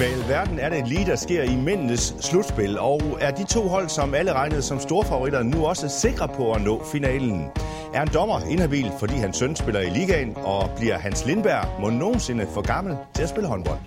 Hvad i alverden er det lige, der sker i mændenes slutspil? Og er de to hold, som alle regnede som storfavoritter, nu også sikre på at nå finalen? Er en dommer inhabil, fordi hans søn spiller i ligaen? Og bliver Hans Lindberg må nogensinde for gammel til at spille håndbold?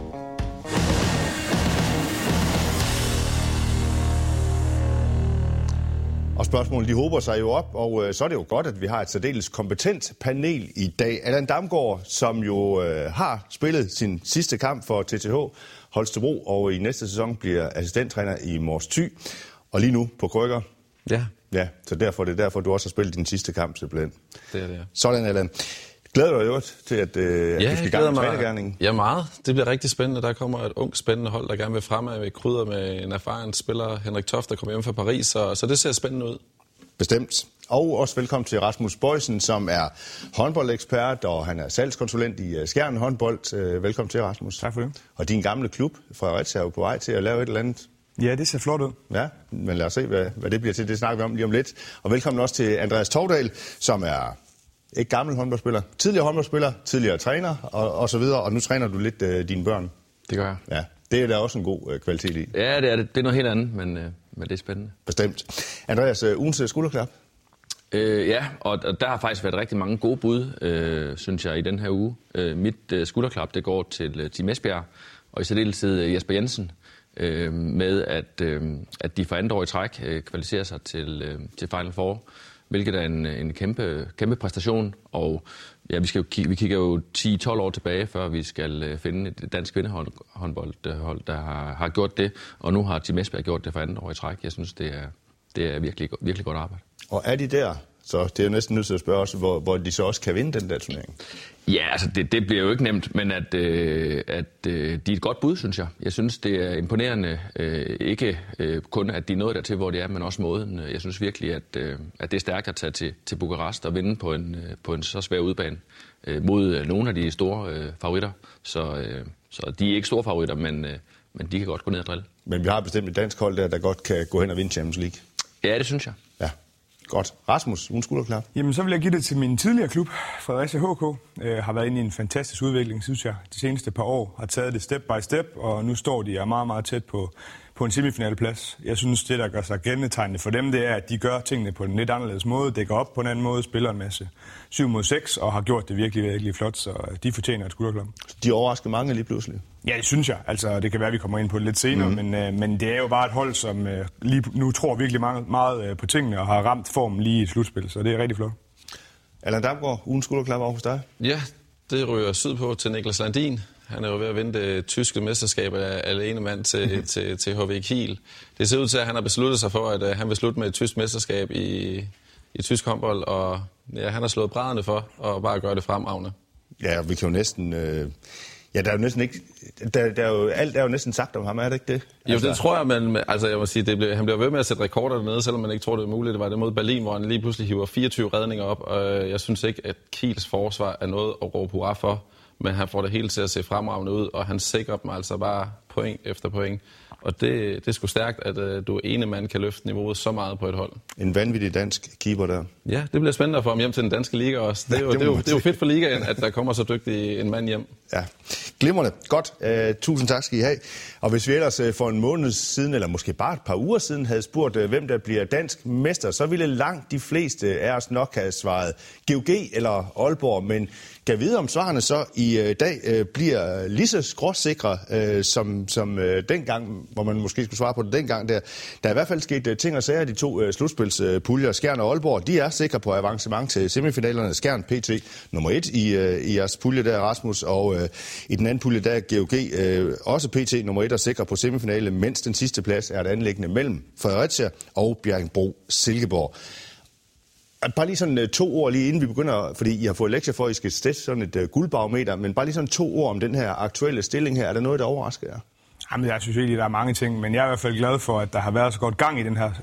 Og spørgsmålene de hober sig jo op, og så er det jo godt, at vi har et særdeles kompetent panel i dag. Allan Damgaard, som jo har spillet sin sidste kamp for TTH Holstebro, og i næste sæson bliver assistenttræner i Mors Thy, og lige nu på krykker. Ja. Ja, så det er derfor, du også har spillet din sidste kamp, simpelthen. Det er det, ja. Sådan, Allan. Glæder du dig jo til, at du skal i gang med trænergerningen? Ja, meget. Det bliver rigtig spændende. Der kommer et ung, spændende hold, der gerne vil fremad med krydder med en erfaren spiller, Henrik Toft, der kommer hjem fra Paris. Så det ser spændende ud. Bestemt. Og også velkommen til Rasmus Boysen, som er håndboldekspert, og han er salgskonsulent i Skjern Håndbold. Velkommen til, Rasmus. Tak for det. Og din gamle klub, Fredericia, er jo på vej til at lave et eller andet. Ja, det ser flot ud. Ja, men lad os se, hvad det bliver til. Det snakker vi om lige om lidt. Og velkommen også til Andreas Tovdal, som er ikke gammel håndboldspiller, tidligere træner og så videre. Og nu træner du lidt dine børn. Det gør jeg. Ja, det er der også en god kvalitet i. Ja, det er det. Det er noget helt andet, men det er spændende. Bestemt. Andreas, ugens skulderklap? Ja, og der har faktisk været rigtig mange gode bud, synes jeg, i den her uge. Mit skulderklap, det går til Team Esbjerg, og i særdeleshed Jesper Jensen, med at de for andet år i træk kvalificerer sig til Final Four, hvilket er en kæmpe præstation. Og ja, vi kigger jo 10-12 år tilbage, før vi skal finde et dansk kvindehåndboldhold, der har gjort det. Og nu har Team Esbjerg gjort det for andet år i træk. Jeg synes, det er virkelig, virkelig godt arbejde. Og er de der? Så det er jo næsten nødt til at spørge også, hvor de så også kan vinde den der turnering. Ja, altså det bliver jo ikke nemt, men at de er et godt bud, synes jeg. Jeg synes, det er imponerende, ikke kun at de er nået dertil, hvor de er, men også måden. Jeg synes virkelig, at det er stærkt at tage til Bukarest og vinde på en så svær udbane mod nogle af de store favoritter. Så de er ikke store favoritter, men de kan godt gå ned og drille. Men vi har bestemt et dansk hold der godt kan gå hen og vinde Champions League. Ja, det synes jeg. Ja. Godt. Rasmus, ugen skulderklap? Jamen, så vil jeg give det til min tidligere klub, Fredericia HK. Har været inde i en fantastisk udvikling, synes jeg. De seneste par år har taget det step by step, og nu står de meget, meget tæt på en semifinalplads. Jeg synes, det, der gør sig kendetegnende for dem, det er, at de gør tingene på en lidt anderledes måde, dækker op på en anden måde, spiller en masse 7 mod 6, og har gjort det virkelig, virkelig flot, så de fortjener et skulderklap. De overrasker mange lige pludselig? Ja, det synes jeg. Altså, det kan være, at vi kommer ind på det lidt senere, men det er jo bare et hold, som lige nu tror virkelig meget på tingene, og har ramt formen lige i et slutspil, så det er rigtig flot. Allan Damgaard, ugen skulderklap over hos dig? Ja, det ryger sydpå til Niklas Landin. Han er jo ved at vinde det tyske mesterskab af alene mand til HV Kiel. Det ser ud til, at han har besluttet sig for, at han vil slutte med et tysk mesterskab i tysk håndbold, og ja, han har slået brædderne for at bare gøre det fremragende. Ja, vi kan jo næsten... Ja, der er jo næsten ikke... alt er jo næsten sagt om ham, er det ikke det? Jo, det tror jeg, men altså, jeg må sige, han bliver ved med at sætte rekorder dernede, selvom man ikke tror, det er muligt. Det var det mod Berlin, hvor han lige pludselig hiver 24 redninger op, og jeg synes ikke, at Kiels forsvar er noget at råbe hurra for, men han får det hele til at se fremragende ud, og han sikrer dem altså bare point efter point. Og det er sgu stærkt, at du ene mand kan løfte niveauet så meget på et hold. En vanvittig dansk keeper der. Ja, det bliver spændende at få ham hjem til den danske liga også. Det er jo fedt for ligaen, at der kommer så dygtig en mand hjem. Ja, glimrende. Godt. Tusind tak skal I have. Og hvis vi ellers for en måned siden, eller måske bare et par uger siden, havde spurgt, hvem der bliver dansk mester, så ville langt de fleste af os nok have svaret GOG eller Aalborg. Men kan vide, om svarene så i dag bliver lige så skråsikre som dengang, hvor man måske skulle svare på det dengang der. Der er i hvert fald sket ting og sager, de to slutspilspuljer, Skjern og Aalborg. De er sikre på avancement til semifinalerne. Skjern PT nummer 1 i jeres pulje der, Rasmus, og i den anden pulje der er GOG også PT nummer 1 og sikre på semifinale, mens den sidste plads er et anliggende mellem Fredericia og Bjerringbro-Silkeborg. Bare lige sådan 2 ord lige inden vi begynder, fordi I har fået lektier for, at I skal teste sådan et guldbarometer, men bare lige sådan 2 ord om den her aktuelle stilling her. Er der noget, der overrasker jer? Jamen, jeg synes egentlig, der er mange ting, men jeg er i hvert fald glad for, at der har været så godt gang i den her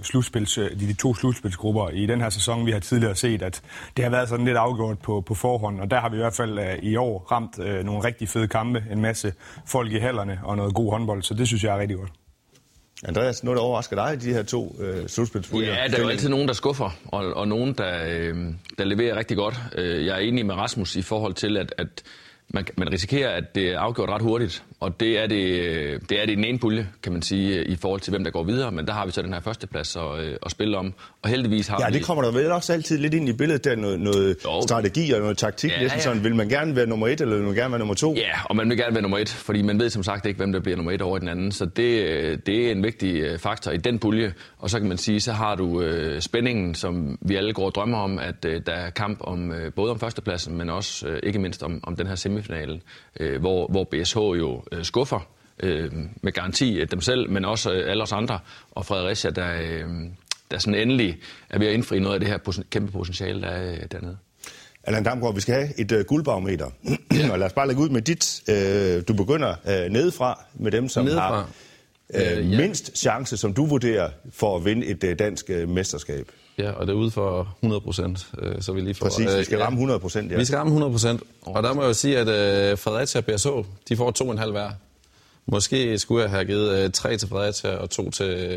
de 2 slutspilsgrupper i den her sæson. Vi har tidligere set, at det har været sådan lidt afgjort på forhånd, og der har vi i hvert fald i år ramt nogle rigtig fede kampe, en masse folk i hallerne og noget god håndbold, så det synes jeg er rigtig godt. Andreas, noget der overrasker dig i de her 2 slutspilspuljer? Ja, der er jo altid nogen, der skuffer, og nogen, der leverer rigtig godt. Jeg er enig med Rasmus i forhold til, at man risikerer, at det er afgjort ret hurtigt. og det er det den ene pulje, kan man sige, i forhold til hvem der går videre, men der har vi så den her førsteplads at spille om, og heldigvis har vi... Ja, det kommer der vel også altid lidt ind i billedet, der noget strategi og noget taktik, næsten sådan, vil man gerne være nummer 1, eller vil man gerne være nummer 2? Ja, og man vil gerne være nummer 1, fordi man ved som sagt ikke, hvem der bliver nummer 1 over den anden, så det er en vigtig faktor i den pulje, og så kan man sige, så har du spændingen, som vi alle går og drømmer om, at der er kamp om både om førstepladsen, men også ikke mindst om den her semifinalen, hvor BSH jo skuffer med garanti dem selv, men også alle os andre, og Fredericia, der sådan endelig er ved at indfri noget af det her kæmpe potentiale, der er dernede. Allan Damgaard, vi skal have et guldbarometer, og lad os bare lægge ud med dit. Du begynder nedefra med dem, som har mindst chance, som du vurderer, for at vinde et dansk mesterskab. Ja, og det er ude for 100%, så vi lige får... Præcis, vi skal ramme 100%, ja. Vi skal ramme 100%, og der må jeg jo sige, at Fredericia og BSH, de får 2,5 hver. Måske skulle jeg have givet 3 til Fredericia og 2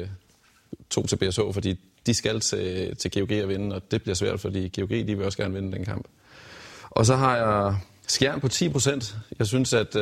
til BSH, fordi de skal til GOG at vinde, og det bliver svært, fordi GOG de vil også gerne vinde den kamp. Og så har jeg Skjern på 10%. Jeg synes, at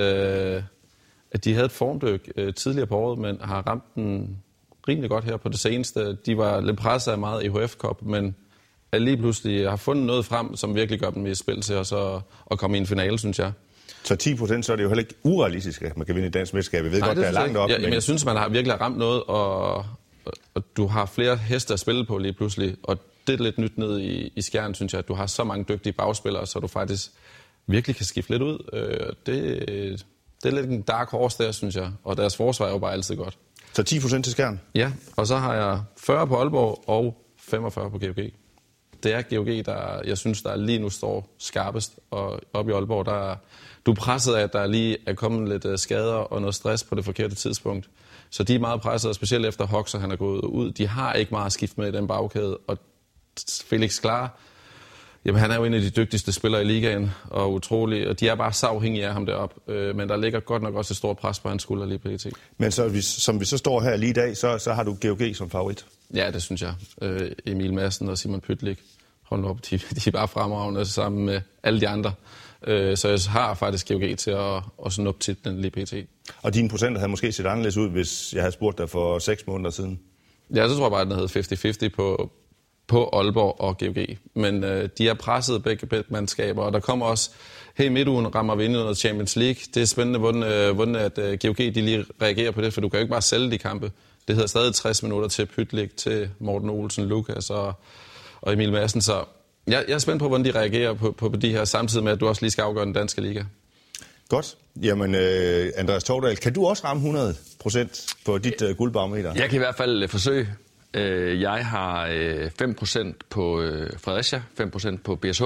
de havde et formdyk tidligere på året, men har ramt den rimelig godt her på det seneste. De var lidt presset af meget EHF Cup, men lige pludselig har fundet noget frem, som virkelig gør dem i spil til at komme i en finale, synes jeg. Så 10%, så er det jo heller ikke urealistisk, at man kan vinde et dansk mesterskab. Jeg ved godt, det er langt op. Ja, men jeg synes, man har virkelig ramt noget, og du har flere heste at spille på lige pludselig. Og det er lidt nyt ned i Skjern, synes jeg, at du har så mange dygtige bagspillere, så du faktisk virkelig kan skifte lidt ud. Det er lidt en dark horse der, synes jeg. Og deres forsvar er jo bare altid godt. Så 10% til Skjern? Ja, og så har jeg 40 på Aalborg og 45 på GOG. Det er GOG, der jeg synes, der lige nu står skarpest. Og oppe i Aalborg, du er presset af, at der lige er kommet lidt skader og noget stress på det forkerte tidspunkt. Så de er meget presset, specielt efter Hoxer, han er gået ud. De har ikke meget skift med i den bagkæde. Og Felix Klar, jamen han er jo en af de dygtigste spillere i ligaen, og utrolig, og de er bare så afhængige af ham deroppe. Men der ligger godt nok også et stort pres på hans skulder lige pt. Men så, som vi så står her lige i dag, så har du GOG som favorit? Ja, det synes jeg. Emil Madsen og Simon Pytlik, hold op, de er bare fremragende sammen med alle de andre. Så jeg har faktisk GOG til at snuppe titlen lige pt. Og dine procenter havde måske set anderledes ud, hvis jeg havde spurgt dig for 6 måneder siden? Ja, så tror jeg bare, at den hed 50-50 på Aalborg og GOG. Men de er presset begge mandskaber, og der kommer også, her i midtugen rammer vi ind i noget Champions League. Det er spændende, hvordan at GOG de lige reagerer på det, for du kan jo ikke bare sælge de kampe. Det hedder stadig 60 minutter til Pytlik, til Morten Olsen, Lukas og Emil Madsen, så jeg er spændt på, hvordan de reagerer på de her, samtidig med, at du også lige skal afgøre den danske liga. Godt. Jamen, Andreas Tovdal, kan du også ramme 100% på dit guldbarometer? Jeg kan i hvert fald forsøge. Jeg har 5% på Fredericia, 5% på BSH,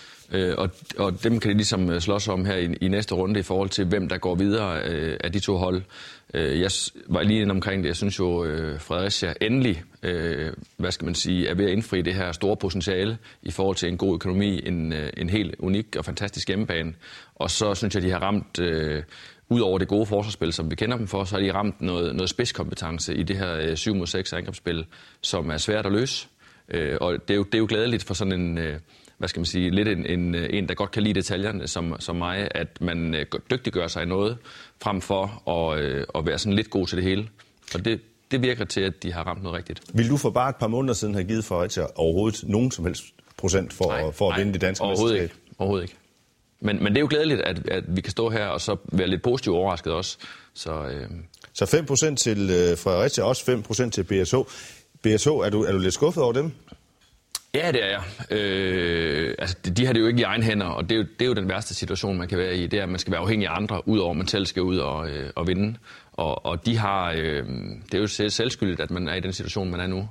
og dem kan de ligesom slås om her i næste runde i forhold til, hvem der går videre af de 2 hold. Jeg var lige inde omkring det. Jeg synes jo, Fredericia endelig, er ved at indfri det her store potentiale i forhold til en god økonomi, en helt unik og fantastisk hjemmebane. Og så synes jeg, de har ramt, ud over det gode forsvarsspil, som vi kender dem for, så har de ramt noget spidskompetence i det her 7-mod-6 angrebsspil, som er svært at løse. Og det er jo glædeligt for sådan en... lidt en, der godt kan lide detaljerne som mig, at man dygtiggør sig i noget, frem for at være sådan lidt god til det hele. Og det virker til, at de har ramt noget rigtigt. Vil du for bare et par måneder siden have givet Fredericia overhovedet nogen som helst procent for at vinde det danske mesterskab? Overhovedet ikke. Men det er jo glædeligt, at vi kan stå her og så være lidt positivt overrasket også. Så 5% til Fredericia, også 5% til BSH. BSH, er du lidt skuffet over dem? Ja, det er jeg. De har det jo ikke i egen hænder, og det er jo den værste situation, man kan være i. Det er, at man skal være afhængig af andre, udover at man selv skal ud og vinde. Og de har... det er jo selvskyldigt, at man er i den situation, man er nu.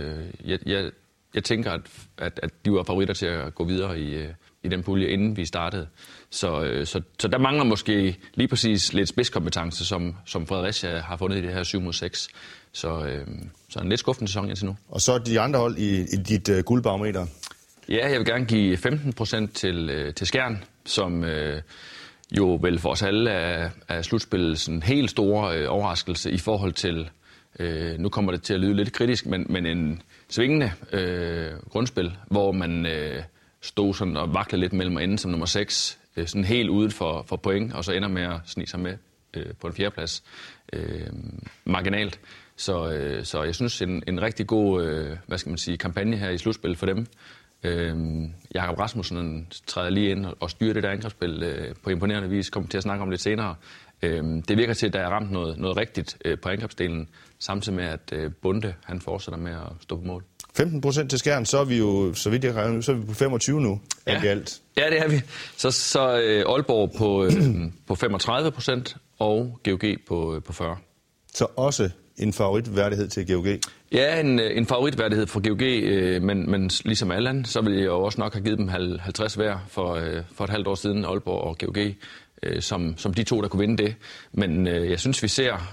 Jeg tænker, at de var favoritter til at gå videre i den pulje, inden vi startede. Så der mangler måske lige præcis lidt spidskompetence, som Fredericia har fundet i det her 7-mod-6. Så en lidt skuffende sæson indtil nu. Og så de andre hold i dit guldbarometer? Ja, jeg vil gerne give 15% til Skjern, som jo vel for os alle er slutspillets en helt store overraskelse i forhold til, nu kommer det til at lyde lidt kritisk, men en svingende grundspil, hvor man stod sådan og vaklede lidt mellem at ende som nummer 6, sådan helt uden for point, og så ender med at snige sig med på en fjerdeplads marginalt. Så jeg synes, en rigtig god kampagne her i slutspil for dem. Jakob Rasmussen træder lige ind og styrer det der angrebsspil på imponerende vis. Kommer til at snakke om lidt senere. Det virker til, at der er ramt noget rigtigt på angrebsdelen, samtidig med, at Bunde han fortsætter med at stå på mål. 15% til Skjern, så er vi jo, så vidt jeg regner, så er vi på 25 nu, alt i alt. Ja, det er vi. Så Aalborg på 35% og GOG på 40%. Så også en favoritværdighed til GOG? Ja, en favoritværdighed for GOG, men ligesom Allan, så ville jeg jo også nok have givet dem 50 hver for et halvt år siden, Aalborg og GOG, som de to, der kunne vinde det. Men jeg synes, vi ser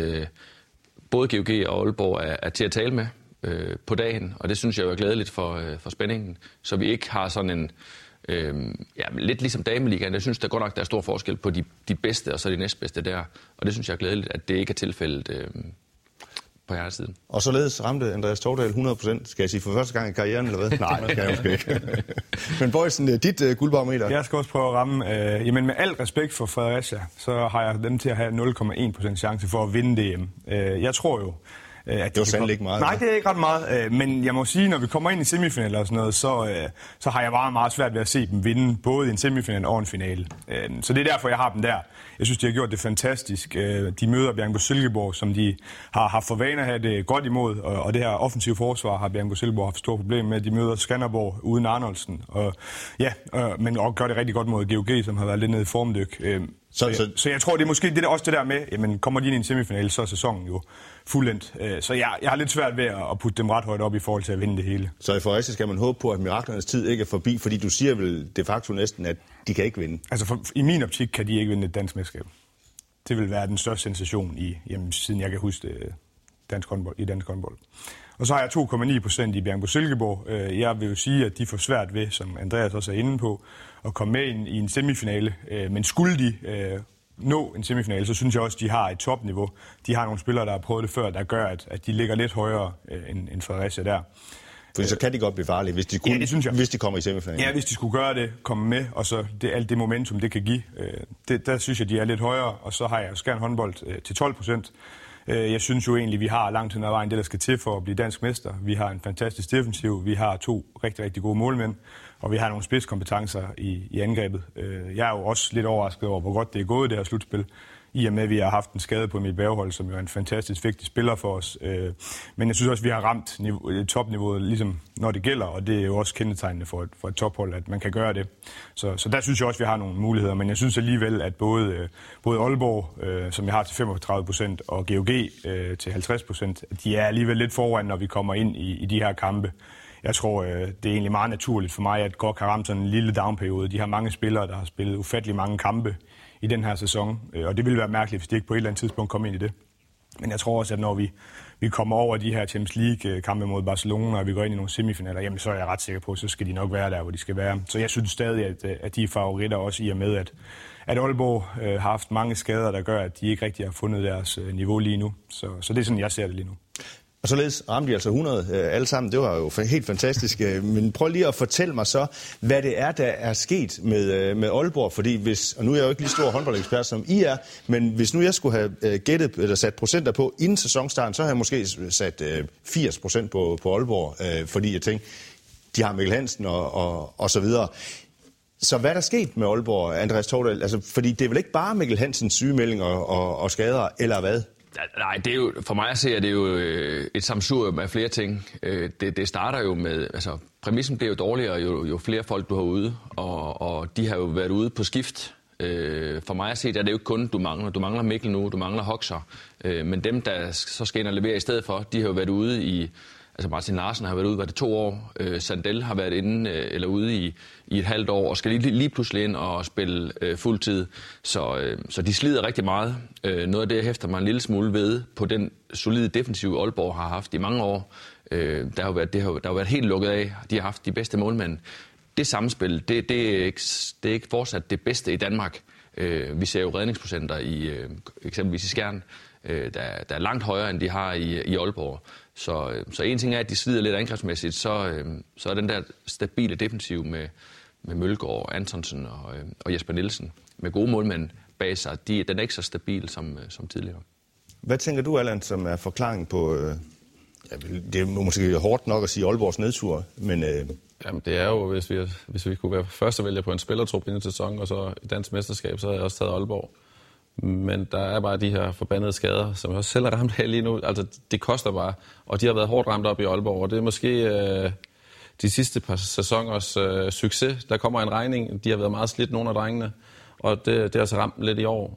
både GOG og Aalborg er til at tale med på dagen, og det synes jeg er glædeligt for spændingen, så vi ikke har sådan en lidt ligesom dameligaen. Jeg synes, der godt nok der er stor forskel på de bedste og så de næstbedste der, og det synes jeg er glædeligt, at det ikke er tilfældet på herresiden. Og således ramte Andreas Tovdal 100%, skal jeg sige, for første gang i karrieren, eller hvad? Nej, det skal jeg måske ikke. Men Boysen, dit guldbarometer? Jeg skal også prøve at ramme. Jamen med al respekt for Fredericia, så har jeg dem til at have 0,1% chance for at vinde DM. Jeg tror jo, det var sandelig ikke meget. Nej, det er ikke ret meget. Men jeg må sige, når vi kommer ind i semifinaler og sådan noget, så har jeg meget svært ved at se dem vinde både en semifinal og en finale. Så det er derfor, jeg har dem der. Jeg synes, de har gjort det fantastisk. De møder Bjerringbro-Silkeborg, som de har haft for vane at have det godt imod. Og det her offensive forsvar har Bjerringbro-Silkeborg haft store problemer med. De møder Skanderborg uden Arnoldsen. Men og gør det rigtig godt mod GOG, som har været lidt nede i formdyk. Så jeg tror, det er måske også det der med, jamen kommer de ind i en semifinale, så er sæsonen jo fuldendt. Så jeg har lidt svært ved at putte dem ret højt op i forhold til at vinde det hele. Så i Fredericia skal man håbe på, at miraklernes tid ikke er forbi, fordi du siger vel de facto næsten, at de kan ikke vinde? Altså i min optik kan de ikke vinde et dansk mesterskab. Det vil være den største sensation siden jeg kan huske det, dansk håndbold. Og så har jeg 2,9% i Bjerringbro-Silkeborg. Jeg vil jo sige, at de får svært ved, som Andreas også er inde på, at komme med i en semifinale. Men skulle de nå en semifinale, så synes jeg også, at de har et topniveau. De har nogle spillere, der har prøvet det før, der gør, at de ligger lidt højere end Fredericia der. Fordi så kan de godt blive farlige, hvis de kommer i semifinalen. Ja, hvis de skulle gøre det, komme med, og så alt det momentum, det kan give. Der synes jeg, de er lidt højere, og så har jeg Skjern håndbold til 12%. Jeg synes jo egentlig, vi har langt hen ad vejen det, der skal til for at blive dansk mester. Vi har en fantastisk defensiv, vi har 2 rigtig, rigtig gode målmænd, og vi har nogle spidskompetencer i angrebet. Jeg er jo også lidt overrasket over, hvor godt det er gået, det her slutspil, i og med, at vi har haft en skade på Emil Berghold, som jo er en fantastisk vigtig spiller for os. Men jeg synes også, at vi har ramt topniveauet, ligesom når det gælder, og det er jo også kendetegnende for et tophold, at man kan gøre det. Så der synes jeg også, at vi har nogle muligheder, men jeg synes alligevel, at både Aalborg, som jeg har til 35%, og GOG til 50%, de er alligevel lidt foran, når vi kommer ind i de her kampe. Jeg tror, det er egentlig meget naturligt for mig, at GOG har ramt sådan en lille downperiode. De har mange spillere, der har spillet ufattelig mange kampe i den her sæson, og det ville være mærkeligt, hvis de ikke på et eller andet tidspunkt kom ind i det. Men jeg tror også, at når vi kommer over de her Champions League-kampe mod Barcelona, og vi går ind i nogle semifinaler, jamen så er jeg ret sikker på, så skal de nok være der, hvor de skal være. Så jeg synes stadig, at de er favoritter også i og med, at Aalborg har haft mange skader, der gør, at de ikke rigtig har fundet deres niveau lige nu. Så det er sådan, jeg ser det lige nu. Og således ramte de altså 100 alle sammen. Det var jo helt fantastisk. Men prøv lige at fortælle mig så, hvad det er, der er sket med Aalborg. Fordi og nu er jeg jo ikke lige stor håndboldekspert, som I er, men hvis nu jeg skulle have gættet eller sat procenter på inden sæsonstarten, så har jeg måske sat 80% på Aalborg, fordi jeg tænkte, de har Mikkel Hansen og så videre. Så hvad er der sket med Aalborg, Andreas Tovdal? Altså, fordi det er vel ikke bare Mikkel Hansens sygemelding og skader, eller hvad? Nej, det er jo, for mig at se, at det er jo et sammensurium af flere ting. Det starter jo med, altså præmissen bliver jo dårligere, jo flere folk du har ude, og de har jo været ude på skift. For mig at se, at det er jo ikke kun, du mangler. Du mangler Mikkel nu, du mangler Hoxer. Men dem, der så skal ind og levere i stedet for, de har jo været ude i, altså Martin Larsen har været ude, var det 2 år. Sandel har været inde eller ude i et halvt år, og skal lige pludselig ind og spille fuldtid. Så de slider rigtig meget. Noget af det hæfter mig en lille smule ved på den solide defensive Aalborg har haft i mange år. Der har jo været helt lukket af. De har haft de bedste målmænd. Det samspil, det er ikke fortsat det bedste i Danmark. Vi ser jo redningsprocenter i eksempelvis i Skjern, der er langt højere, end de har i Aalborg. Så en ting er, at de slider lidt angrebsmæssigt, så er den der stabile defensiv med Mølgaard, Antonsen og Jesper Nielsen med gode målmænd bag sig. Den er ikke så stabil som tidligere. Hvad tænker du, Allan, som er forklaringen på... det er måske hårdt nok at sige Aalborgs nedtur, men... Jamen, det er jo, hvis vi kunne være førstevælger på en spillertrup inden sæson, og så i dansk mesterskab, så havde jeg også taget Aalborg. Men der er bare de her forbandede skader, som jeg også selv er ramt af lige nu. Altså, det koster bare, og de har været hårdt ramt op i Aalborg, og det er måske de sidste par sæsoners succes. Der kommer en regning, de har været meget slidt, nogle af drengene, og det har så ramt lidt i år.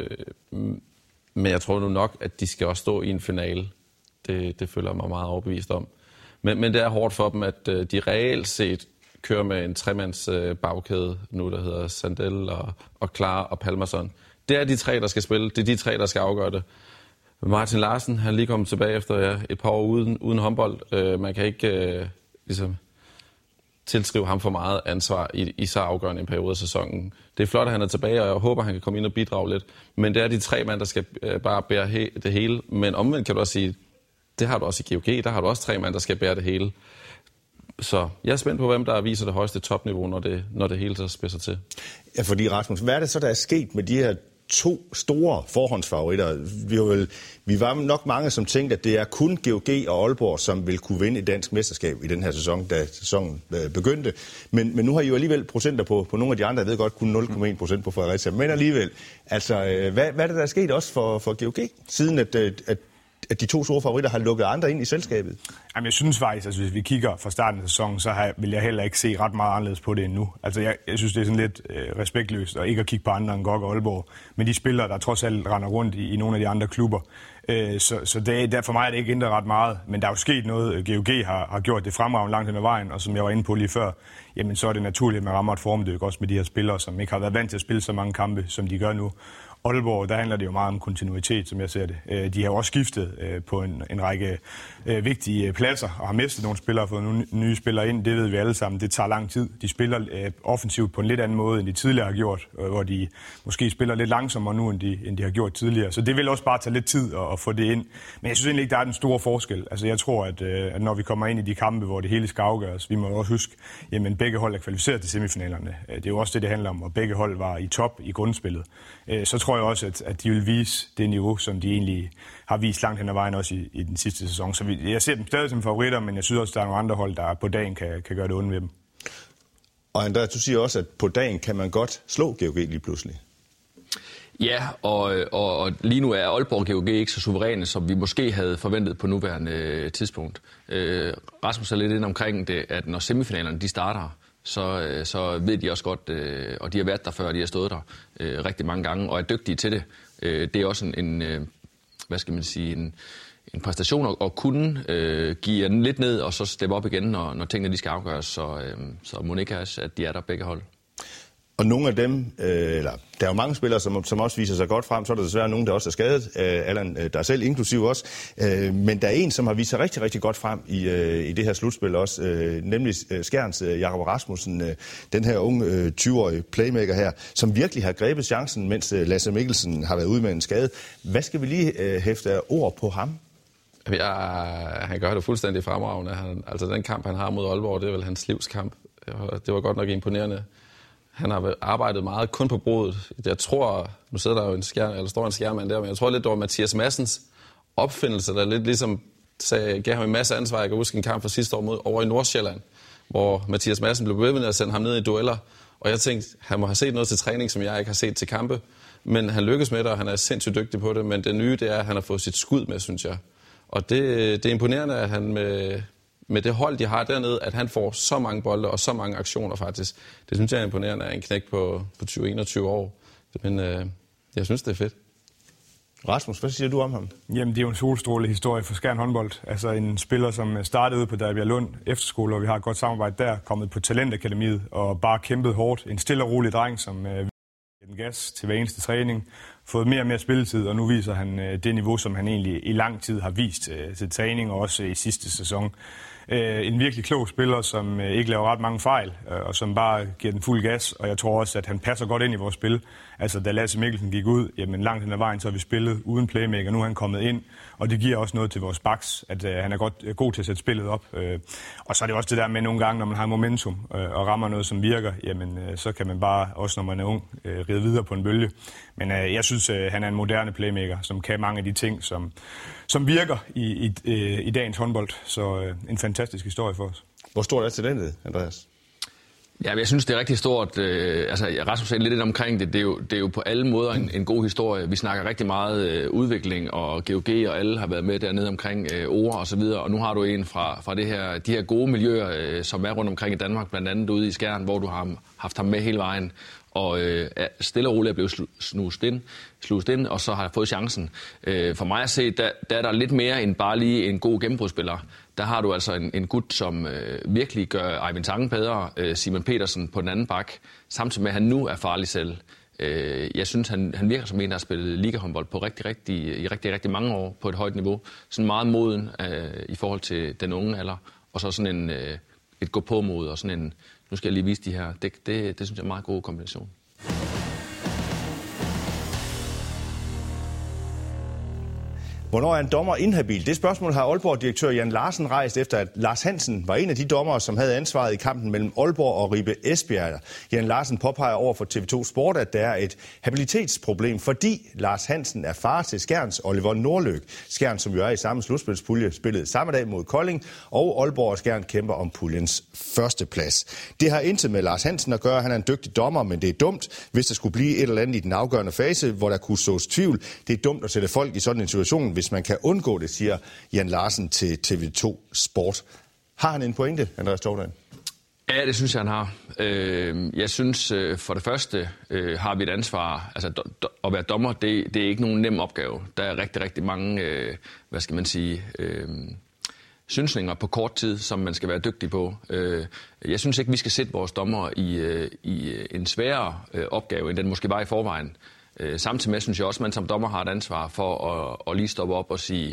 Men jeg tror nu nok, at de skal også stå i en finale. Det føler jeg mig meget overbevist om. Men det er hårdt for dem, at de reelt set kører med en tremands bagkæde nu, der hedder Sandell og Klar og Palmerson. Det er de tre, der skal spille. Det er de tre, der skal afgøre det. Martin Larsen, han er lige kommet tilbage efter et par år uden håndbold. Man kan ikke ligesom tilskrive ham for meget ansvar i så afgørende en periode af sæsonen. Det er flot, at han er tilbage, og jeg håber, han kan komme ind og bidrage lidt. Men det er de tre mand, der skal bare bære det hele. Men omvendt kan du også sige, det har du også i GOG, der har du også tre mand, der skal bære det hele. Så jeg er spændt på, hvem der viser det højeste topniveau, når det hele så spidser til. Ja, fordi Rasmus, hvad er det så, der er sket med de her to store forhåndsfavoritter? Vi var nok mange, som tænkte, at det er kun GOG og Aalborg, som vil kunne vinde et dansk mesterskab i den her sæson, da sæsonen begyndte. Men nu har I jo alligevel procenter på nogle af de andre. Jeg ved godt, kun 0,1% på Fredericia. Men alligevel, altså, hvad er det, der er sket også for GOG, siden at de to store favoritter har lukket andre ind i selskabet? Jamen, jeg synes faktisk, at hvis vi kigger fra starten af sæsonen, så vil jeg heller ikke se ret meget anderledes på det endnu. Altså, jeg synes, det er sådan lidt respektløst at ikke at kigge på andre end GOG og Aalborg. Men de spillere, der trods alt render rundt i nogle af de andre klubber. Så der for mig er det ikke ændret ret meget. Men der er jo sket noget. GOG har gjort det fremragende langt hen ad vejen, og som jeg var inde på lige før, jamen så er det naturligt, at man rammer et formdyk også med de her spillere, som ikke har været vant til at spille så mange kampe, som de gør nu. Aalborg, der handler det jo meget om kontinuitet, som jeg ser det. De har også skiftet på en række vigtige pladser og har mistet nogle spillere og fået nogle nye spillere ind. Det ved vi alle sammen. Det tager lang tid. De spiller offensivt på en lidt anden måde, end de tidligere har gjort, hvor de måske spiller lidt langsommere nu, end de har gjort tidligere. Så det vil også bare tage lidt tid at få det ind. Men jeg synes egentlig ikke, der er den store forskel. Altså jeg tror, at når vi kommer ind i de kampe, hvor det hele skal afgøres, vi må også huske, jamen begge hold er kvalificeret til semifinalerne. Det er jo også det handler om, og begge hold var i top i grundspillet. Så tror jeg også, at de vil vise det niveau, som de egentlig har vist langt hen ad vejen også i den sidste sæson. Så jeg ser dem stadig som favoritter, men jeg synes også, at der er nogle andre hold, der på dagen kan gøre det ondt ved dem. Og Andreas, du siger også, at på dagen kan man godt slå GOG lige pludselig. Ja, og lige nu er Aalborg og GOG ikke så suveræne, som vi måske havde forventet på nuværende tidspunkt. Rasmus er lidt inde omkring det, at når semifinalerne de starter, så ved de også godt, og de har været der før, de har stået der rigtig mange gange, og er dygtige til det. Det er også en præstation at kunne give den lidt ned, og så steppe op igen, når tingene de skal afgøres, så må ikke have, at de er der begge hold. Og nogle af dem, der er jo mange spillere, som også viser sig godt frem, så er der desværre nogen, der også er skadet, Allan, der selv inklusiv også. Men der er en, som har vist sig rigtig, rigtig godt frem i det her slutspil også, nemlig Skjerns Jakob Rasmussen, den her unge 20-årige playmaker her, som virkelig har grebet chancen, mens Lasse Mikkelsen har været ude med en skade. Hvad skal vi lige hæfte af ord på ham? Han gør det fuldstændig fremragende. Altså den kamp, han har mod Aalborg, det er vel hans livskamp. Det var godt nok imponerende. Han har arbejdet meget kun på brodet. Jeg tror, nu sidder der jo står en skærmand der, men jeg tror lidt, det var Mathias Madsens opfindelse, der lidt ligesom gav ham en masse ansvar. Jeg kan huske en kamp fra sidste år over i Nordsjælland, hvor Mathias Madsen blev ved med at sende ham ned i dueller. Og jeg tænkte, han må have set noget til træning, som jeg ikke har set til kampe. Men han lykkes med det, og han er sindssygt dygtig på det. Men det nye, det er, at han har fået sit skud med, synes jeg. Og det er imponerende, at han med det hold, de har dernede, at han får så mange bolde og så mange aktioner faktisk. Det synes jeg er imponerende af en knæk på 20-21 år. Men jeg synes, det er fedt. Rasmus, hvad siger du om ham? Jamen, det er jo en solstråle historie for Skjern håndbold. Altså en spiller, som startede på Dagbjerglund Efterskole, og vi har et godt samarbejde der, kommet på Talentakademiet og bare kæmpet hårdt. En stille og rolig dreng, som den gas til hver eneste træning, fået mere og mere spilletid, og nu viser han det niveau, som han egentlig i lang tid har vist til træning, og også i sidste sæson. En virkelig klog spiller, som ikke laver ret mange fejl, og som bare giver den fuld gas, og jeg tror også, at han passer godt ind i vores spil. Altså, da Lasse Mikkelsen gik ud, jamen langt hen ad vejen, så har vi spillet uden playmaker, nu er han kommet ind, og det giver også noget til vores backs, at han er god til at sætte spillet op. Og så er det også det der med nogle gange, når man har momentum og rammer noget, som virker, jamen så kan man bare, også når man er ung, ride videre på en bølge. Men jeg synes, han er en moderne playmaker, som kan mange af de ting, som virker i dagens håndbold. Så en fantastisk historie for os. Hvor stort er talentet, Andreas? Ja, jeg synes, det er rigtig stort. Rasmus sagde lidt omkring det. Det er jo på alle måder en god historie. Vi snakker rigtig meget udvikling og GOG, og alle har været med dernede omkring ord og så videre. Og nu har du en fra de her gode miljøer, som er rundt omkring i Danmark, blandt andet ude i Skjern, hvor du har haft ham med hele vejen. Og stille og roligt er blevet sluset ind, og så har jeg fået chancen. For mig at se, der er der lidt mere end bare lige en god gennembrudsspiller. Der har du altså en gut, som virkelig gør Eivind Tange bedre, Simon Petersen på den anden bak, samtidig med, at han nu er farlig selv. Jeg synes, han virker som en, der har spillet ligahåndbold på rigtig mange år på et højt niveau. Sådan meget moden i forhold til den unge alder, og så sådan et gå-på-mod og sådan en, nu skal jeg lige vise de her. Det synes jeg er en meget god kombination. Hvornår er en dommer inhabil? Det spørgsmål har Aalborg-direktør Jan Larsen rejst efter, at Lars Hansen var en af de dommere, som havde ansvaret i kampen mellem Aalborg og Ribe Esbjerg. Jan Larsen påpeger over for TV2 Sport, at der er et habilitetsproblem, fordi Lars Hansen er far til Skjerns Oliver Nordløk. Skjern, som jo er i samme slutspilspulje, spillede samme dag mod Kolding, og Aalborg og Skjern kæmper om puljens førsteplads. Det har intet med Lars Hansen at gøre. Han er en dygtig dommer, men det er dumt, hvis der skulle blive et eller andet i den afgørende fase, hvor der kunne sås tvivl. Det er dumt at sætte folk i sådan en situation, hvis man kan undgå det, siger Jan Larsen til TV2 Sport. Har han en pointe, Andreas Tovdal? Ja, det synes jeg, han har. Jeg synes, for det første har vi et ansvar. Altså, at være dommer, det er ikke nogen nem opgave. Der er rigtig, rigtig mange, synsninger på kort tid, som man skal være dygtig på. Jeg synes ikke, vi skal sætte vores dommer i en sværere opgave, end den måske var i forvejen. Samtidig med, synes jeg også, at man som dommer har et ansvar for at lige stoppe op og sige,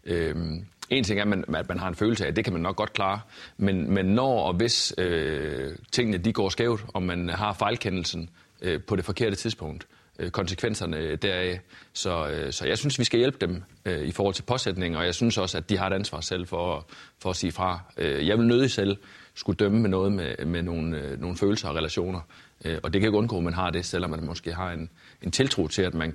en ting er, at man har en følelse af, det kan man nok godt klare, men når og hvis tingene de går skævt, og man har fejlkendelsen på det forkerte tidspunkt, konsekvenserne deraf. Så jeg synes, vi skal hjælpe dem i forhold til påsætning, og jeg synes også, at de har et ansvar selv for at sige fra. Jeg vil nødig selv skulle dømme med noget med nogle følelser og relationer, og det kan ikke undgå, at man har det, selvom man måske har en tiltro til, at man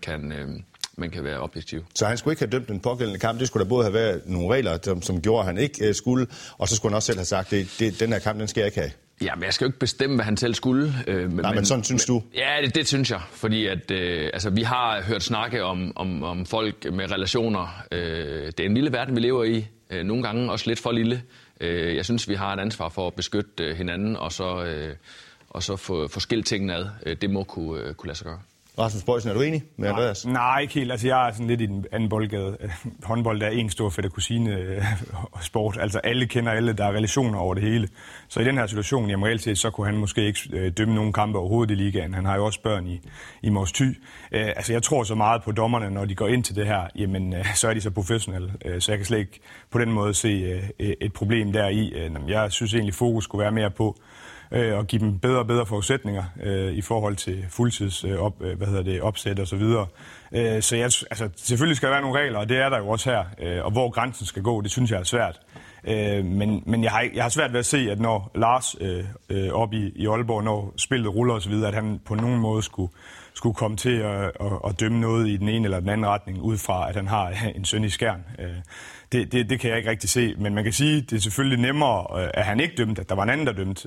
kan være objektiv. Så han skulle ikke have dømt den pågældende kamp? Det skulle der både have været nogle regler, som gjorde, at han ikke skulle, og så skulle han også selv have sagt, den her kamp, den skal jeg ikke have. Ja, men jeg skal jo ikke bestemme, hvad han selv skulle. Men sådan synes du? Ja, det synes jeg, fordi at, vi har hørt snakke om folk med relationer. Det er en lille verden, vi lever i. Nogle gange også lidt for lille. Jeg synes, vi har et ansvar for at beskytte hinanden, og så få skilt tingene ad. Det må kunne lade sig gøre. Rasmus Boysen, er du enig med Andreas? Nej, ikke helt. Altså, jeg er sådan lidt i den anden boldgade. Håndbold er en stor fætter-kusine-sport. Altså, alle kender alle, der er relationer over det hele. Så i den her situation, jamen reelt set, så kunne han måske ikke dømme nogen kampe overhovedet i ligaen. Han har jo også børn i Mors Thy. Altså, jeg tror så meget på dommerne, når de går ind til det her, jamen, så er de så professionelle. Så jeg kan slet ikke på den måde se et problem deri. Jeg synes egentlig, fokus skulle være mere på og give dem bedre og bedre forudsætninger i forhold til fuldtids opsæt og så videre. Så selvfølgelig skal der være nogle regler, og det er der jo også her. Og hvor grænsen skal gå, det synes jeg er svært. Men jeg har svært ved at se, at når Lars op i Aalborg, når spillet ruller og så videre, at han på nogen måde skulle komme til at dømme noget i den ene eller den anden retning, ud fra at han har en søn i Skjern. Det kan jeg ikke rigtig se, men man kan sige, at det er selvfølgelig nemmere, at han ikke dømt, at der var en anden, der dømt,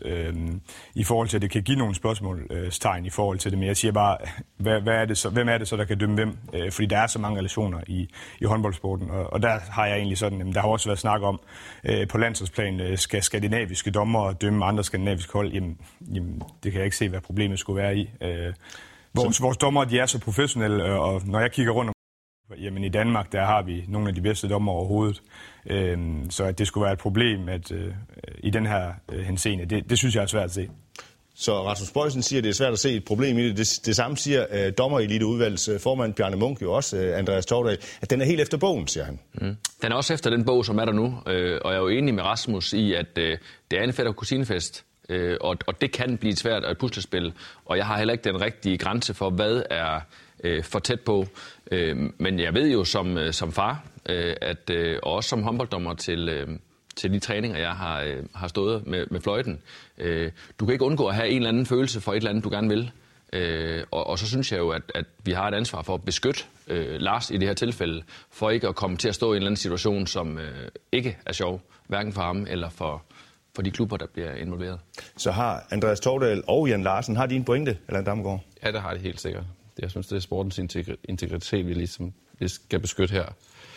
i forhold til, at det kan give nogle spørgsmålstegn i forhold til det. Men jeg siger bare, hvem er det så, der kan dømme hvem? Fordi der er så mange relationer i håndboldsporten, og der har jeg egentlig sådan, der har også været snak om, på landsholdsplan, skal skandinaviske dommere dømme andre skandinaviske hold? Jamen, det kan jeg ikke se, hvad problemet skulle være i. Vores dommere, de er så professionelle, og når jeg kigger rundt jamen i Danmark, der har vi nogle af de bedste dommer overhovedet. Så at det skulle være et problem at, i den her henseende, det synes jeg er svært at se. Så Rasmus Boysen siger, at det er svært at se et problem i det. Det samme siger dommereliteudvalgets formand Bjarne Munk jo også, Andreas Tovdal, at den er helt efter bogen, siger han. Mm. Den er også efter den bog, som er der nu, og jeg er jo enig med Rasmus i, at det er en fætter- og kusinefest, og det kan blive svært at puslespil, og jeg har heller ikke den rigtige grænse for, hvad er for tæt på. Men jeg ved jo som far, og også som håndbolddommer til de træninger, jeg har stået med fløjten. Du kan ikke undgå at have en eller anden følelse for et eller andet, du gerne vil. Og så synes jeg jo, at vi har et ansvar for at beskytte Lars i det her tilfælde, for ikke at komme til at stå i en eller anden situation, som ikke er sjov, hverken for ham eller for de klubber, der bliver involveret. Så har Andreas Tovdal og Jan Larsen, har de en pointe, Allan Damgaard? Ja, det har de helt sikkert. Jeg synes, det er sportens integritet, vi skal beskytte her.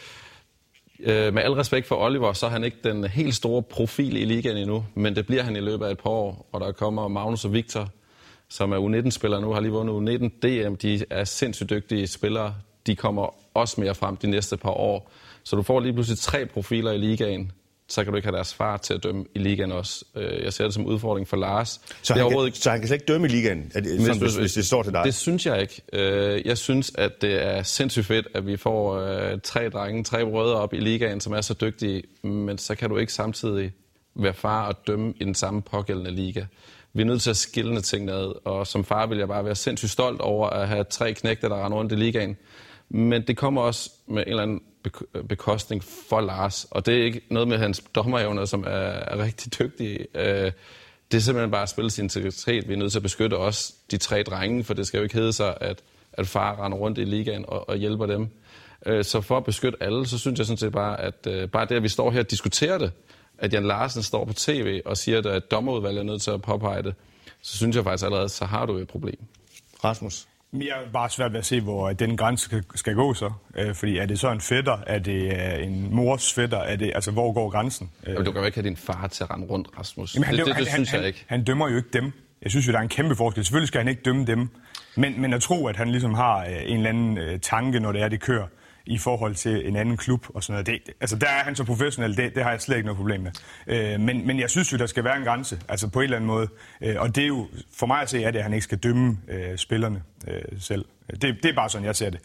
Med al respekt for Oliver, så er han ikke den helt store profil i ligaen endnu, men det bliver han i løbet af et par år, og der kommer Magnus og Victor, som er U19-spillere nu, har lige vundet U19 DM. De er sindssygt dygtige spillere. De kommer også mere frem de næste par år. Så du får lige pludselig 3 profiler i ligaen, så kan du ikke have deres far til at dømme i ligaen også. Jeg ser det som udfordring for Lars. Så han kan slet ikke dømme i ligaen, hvis det står til dig? Det synes jeg ikke. Jeg synes, at det er sindssygt fedt, at vi får 3 drenge, 3 brødre op i ligaen, som er så dygtige, men så kan du ikke samtidig være far og dømme i den samme pågældende liga. Vi er nødt til at skille tingene ad, og som far vil jeg bare være sindssygt stolt over at have 3 knægte, der render rundt i ligaen. Men det kommer også med en eller anden bekostning for Lars, og det er ikke noget med hans dommerevner, som er rigtig dygtige. Det er simpelthen bare at spille sin integritet. Vi er nødt til at beskytte også de 3 drenge, for det skal jo ikke hedde sig, at far render rundt i ligaen og hjælper dem. Så for at beskytte alle, så synes jeg sådan set bare, at bare det, at vi står her og diskuterer det, at Jan Larsen står på tv og siger, at dommerudvalget er nødt til at påpege det, så synes jeg faktisk allerede, så har du et problem. Rasmus? Jeg er bare svært ved at se, hvor den grænse skal gå så. Fordi er det så en fætter? Er det en mors fætter? Altså, hvor går grænsen? Jamen, du kan jo ikke have din far til at rende rundt, Rasmus. Jamen, det synes jeg ikke. Han dømmer jo ikke dem. Jeg synes jo, der er en kæmpe forskel. Selvfølgelig skal han ikke dømme dem. Men at tro, at han ligesom har en eller anden tanke, når det kører i forhold til en anden klub og sådan noget. Altså, der er han så professionel, det har jeg slet ikke noget problem med. Men jeg synes jo, der skal være en grænse, altså på en eller anden måde. Og det er jo, for mig at se, at han ikke skal dømme spillerne selv. Det er bare sådan, jeg ser det.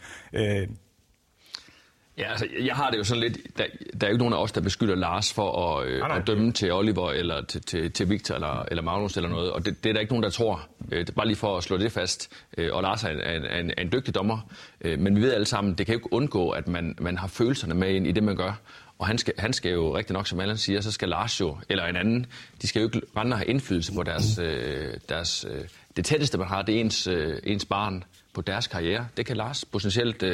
Ja, altså, jeg har det jo sådan lidt... Der er jo ikke nogen af os, der beskylder Lars for at dømme til Oliver, eller til Victor, eller Magnus, eller noget. Og det er der ikke nogen, der tror. Det er bare lige for at slå det fast. Og Lars er en dygtig dommer. Men vi ved alle sammen, det kan jo ikke undgå, at man har følelserne med ind i det, man gør. Og han skal jo rigtig nok, som Allan siger, så skal Lars jo, eller en anden, de skal jo ikke rende og have indflydelse på deres det tætteste, man har, det er ens barn på deres karriere. Det kan Lars potentielt...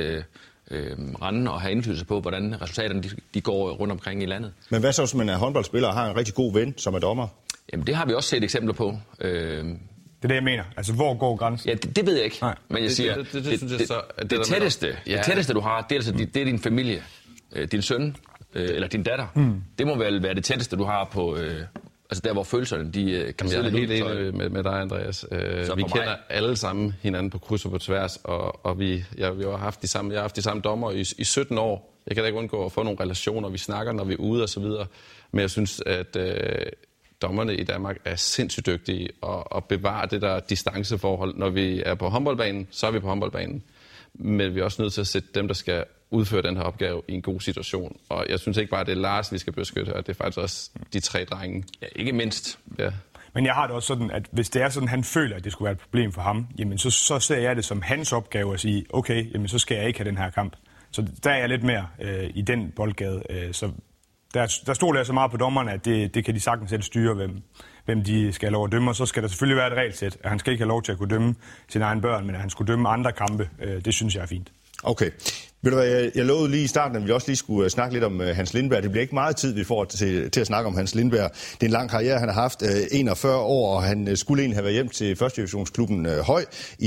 rende og have indflydelse på, hvordan resultaterne de går rundt omkring i landet. Men hvad så, hvis man er håndboldspiller og har en rigtig god ven, som er dommer? Jamen, det har vi også set eksempler på. Det er det, jeg mener. Altså, hvor går grænsen? Ja, det ved jeg ikke. Nej. Men jeg siger, det tætteste, du har, det er din familie, din søn eller din datter. Det må vel være det tætteste, du har på... Altså der, hvor følelserne, de kan sidde lidt ud. Jeg er helt enig med dig, Andreas. Vi kender alle sammen hinanden på kryds og på tværs, og vi har haft de samme dommer i 17 år. Jeg kan da ikke undgå at få nogle relationer. Vi snakker, når vi er ude og så videre. Men jeg synes, at dommerne i Danmark er sindssygt dygtige og bevarer det der distanceforhold. Når vi er på håndboldbanen, så er vi på håndboldbanen. Men vi er også nødt til at sætte dem, der skal udføre den her opgave i en god situation. Og jeg synes ikke bare, at det er Lars, vi skal beskytte, og det er faktisk også de 3 drenge. Ja, ikke mindst. Ja. Men jeg har det også sådan, at hvis det er sådan, han føler, at det skulle være et problem for ham, jamen så ser jeg det som hans opgave at sige, okay, jamen så skal jeg ikke have den her kamp. Så der er jeg lidt mere i den boldgade. Så der stoler jeg så meget på dommerne, at det kan de sagtens selv styre, hvem de skal have lov at dømme. Og så skal der selvfølgelig være et regelsæt, at han skal ikke have lov til at kunne dømme sine egne børn, men at han skulle dømme andre kampe. Det synes jeg er fint. Okay. Ved du hvad, jeg lovede lige i starten, at vi også lige skulle snakke lidt om Hans Lindberg. Det bliver ikke meget tid, vi får til at snakke om Hans Lindberg. Det er en lang karriere, han har haft, 41 år, og han skulle egentlig have været hjem til første divisionsklubben Høj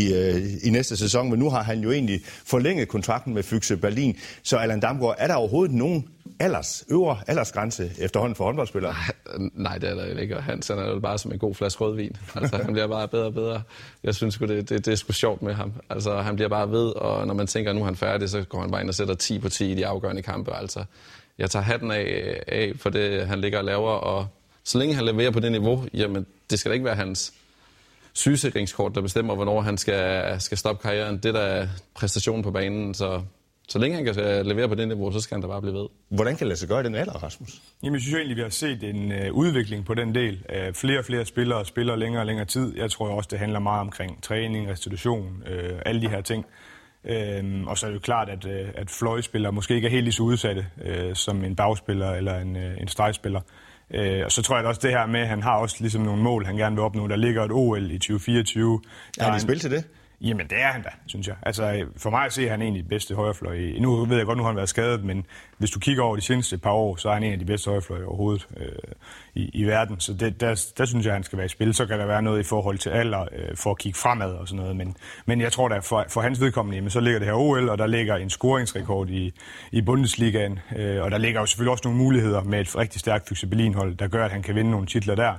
i næste sæson, men nu har han jo egentlig forlænget kontrakten med Füchse Berlin. Så Allan Damgaard, er der overhovedet nogen øvre aldersgrænse efterhånden for håndboldspillere? Nej, det er der ikke. Hans er jo bare som en god flaske rødvin. Altså, han bliver bare bedre og bedre. Jeg synes det er sgu sjovt med ham. Altså, han bliver bare ved, og når man tænker, at nu er han færdig, så går han bare ind og sætter 10 på 10 i de afgørende kampe. Altså, jeg tager hatten af for det, han ligger og laver, og så længe han leverer på det niveau, jamen, det skal da ikke være hans sygesikringskort, der bestemmer, hvornår han skal stoppe karrieren. Det der er præstationen på banen, så længe han kan levere på det niveau, så skal han da bare blive ved. Hvordan kan det lade sig gøre i den alder, Rasmus? Jamen, jeg synes egentlig, vi har set en udvikling på den del. Flere og flere spillere spiller længere og længere tid. Jeg tror også, det handler meget omkring træning, restitution, alle de her ting. Og så er det jo klart, at fløjspillere måske ikke er helt lige så udsatte som en bagspiller eller en stregspiller. Og så tror jeg også det her med, at han har også ligesom nogle mål, han gerne vil opnå. Der ligger et OL i 2024. Er han i spil til det? Jamen, det er han da, synes jeg. Altså, for mig at se, han egentlig bedste højrefløj. Nu ved jeg godt, nu har han været skadet, men hvis du kigger over de seneste par år, så er han en af de bedste højrefløje overhovedet i verden. Så der synes jeg, han skal være i spil. Så kan der være noget i forhold til alder for at kigge fremad og sådan noget. Men jeg tror da, for hans vedkommende, jamen, så ligger det her OL, og der ligger en scoringsrekord i Bundesligaen. Og der ligger jo selvfølgelig også nogle muligheder med et rigtig stærkt Füchse Berlin-hold, der gør, at han kan vinde nogle titler der.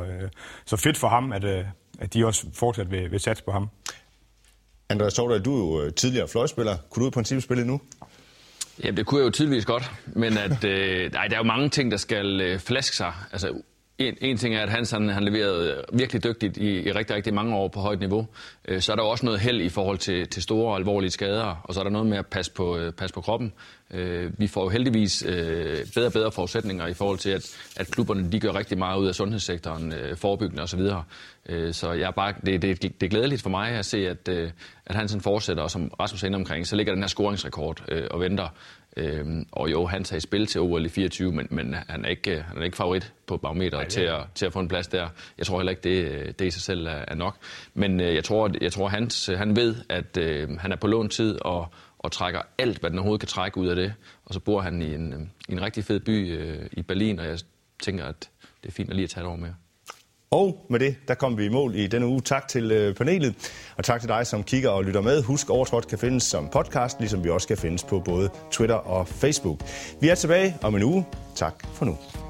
Så fedt for ham, at de også fortsat vil satse på ham. Andreas Tovdal, du er jo tidligere fløjspiller. Kunne du i princippet spille nu? Jamen, det kunne jeg jo tydeligvis godt, men der er jo mange ting, der skal flaske sig. Altså, en ting er, at han leverede virkelig dygtigt i rigtig, rigtig mange år på højt niveau. Så er der jo også noget held i forhold til store og alvorlige skader, og så er der noget med at passe på kroppen. Vi får jo heldigvis bedre og bedre forudsætninger i forhold til, at klubberne de gør rigtig meget ud af sundhedssektoren, forebyggende osv. Så det er glædeligt for mig at se, at han sådan fortsætter, og som Rasmus er inde omkring, så ligger den her scoringsrekord og venter. Og jo, han tager i spil til OL i 24, men han er ikke favorit på barometeret til at få en plads der. Jeg tror heller ikke, det i sig selv er nok. Men jeg tror han ved, at han er på lånt tid og trækker alt, hvad den overhovedet kan trække ud af det. Og så bor han i en rigtig fed by i Berlin, og jeg tænker, at det er fint at lige at tage et år mere. Og med det, der kom vi i mål i denne uge. Tak til panelet, og tak til dig, som kigger og lytter med. Husk, Overtrådt kan findes som podcast, ligesom vi også kan findes på både Twitter og Facebook. Vi er tilbage om en uge. Tak for nu.